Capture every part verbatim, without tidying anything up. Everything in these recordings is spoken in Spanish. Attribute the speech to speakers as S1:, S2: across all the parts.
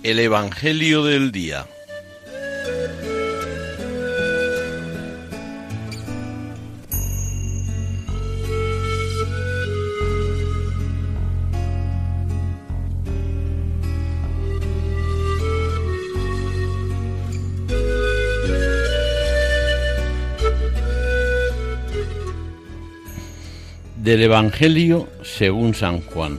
S1: El Evangelio del día. Del Evangelio según San Juan.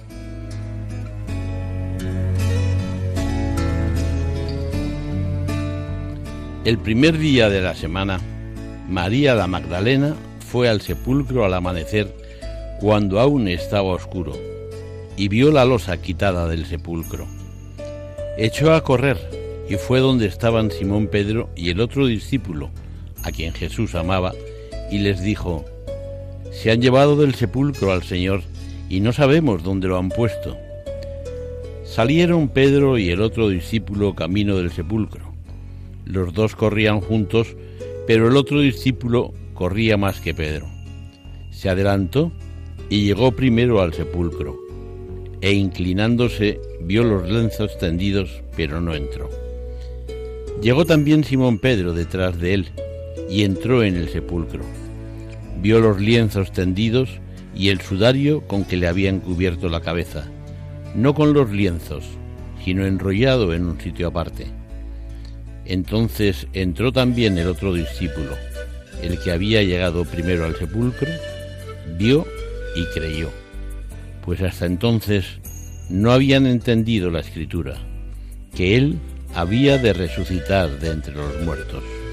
S1: El primer día de la semana, María la Magdalena fue al sepulcro al amanecer, cuando aún estaba oscuro, y vio la losa quitada del sepulcro. Echó a correr y fue donde estaban Simón Pedro y el otro discípulo, a quien Jesús amaba, y les dijo: «Se han llevado del sepulcro al Señor y no sabemos dónde lo han puesto». Salieron Pedro y el otro discípulo camino del sepulcro. Los dos corrían juntos, pero el otro discípulo corría más que Pedro. Se adelantó y llegó primero al sepulcro, e inclinándose vio los lienzos tendidos, pero no entró. Llegó también Simón Pedro detrás de él, y entró en el sepulcro. Vio los lienzos tendidos y el sudario con que le habían cubierto la cabeza, no con los lienzos, sino enrollado en un sitio aparte. Entonces entró también el otro discípulo, el que había llegado primero al sepulcro, vio y creyó, pues hasta entonces no habían entendido la Escritura, que él había de resucitar de entre los muertos.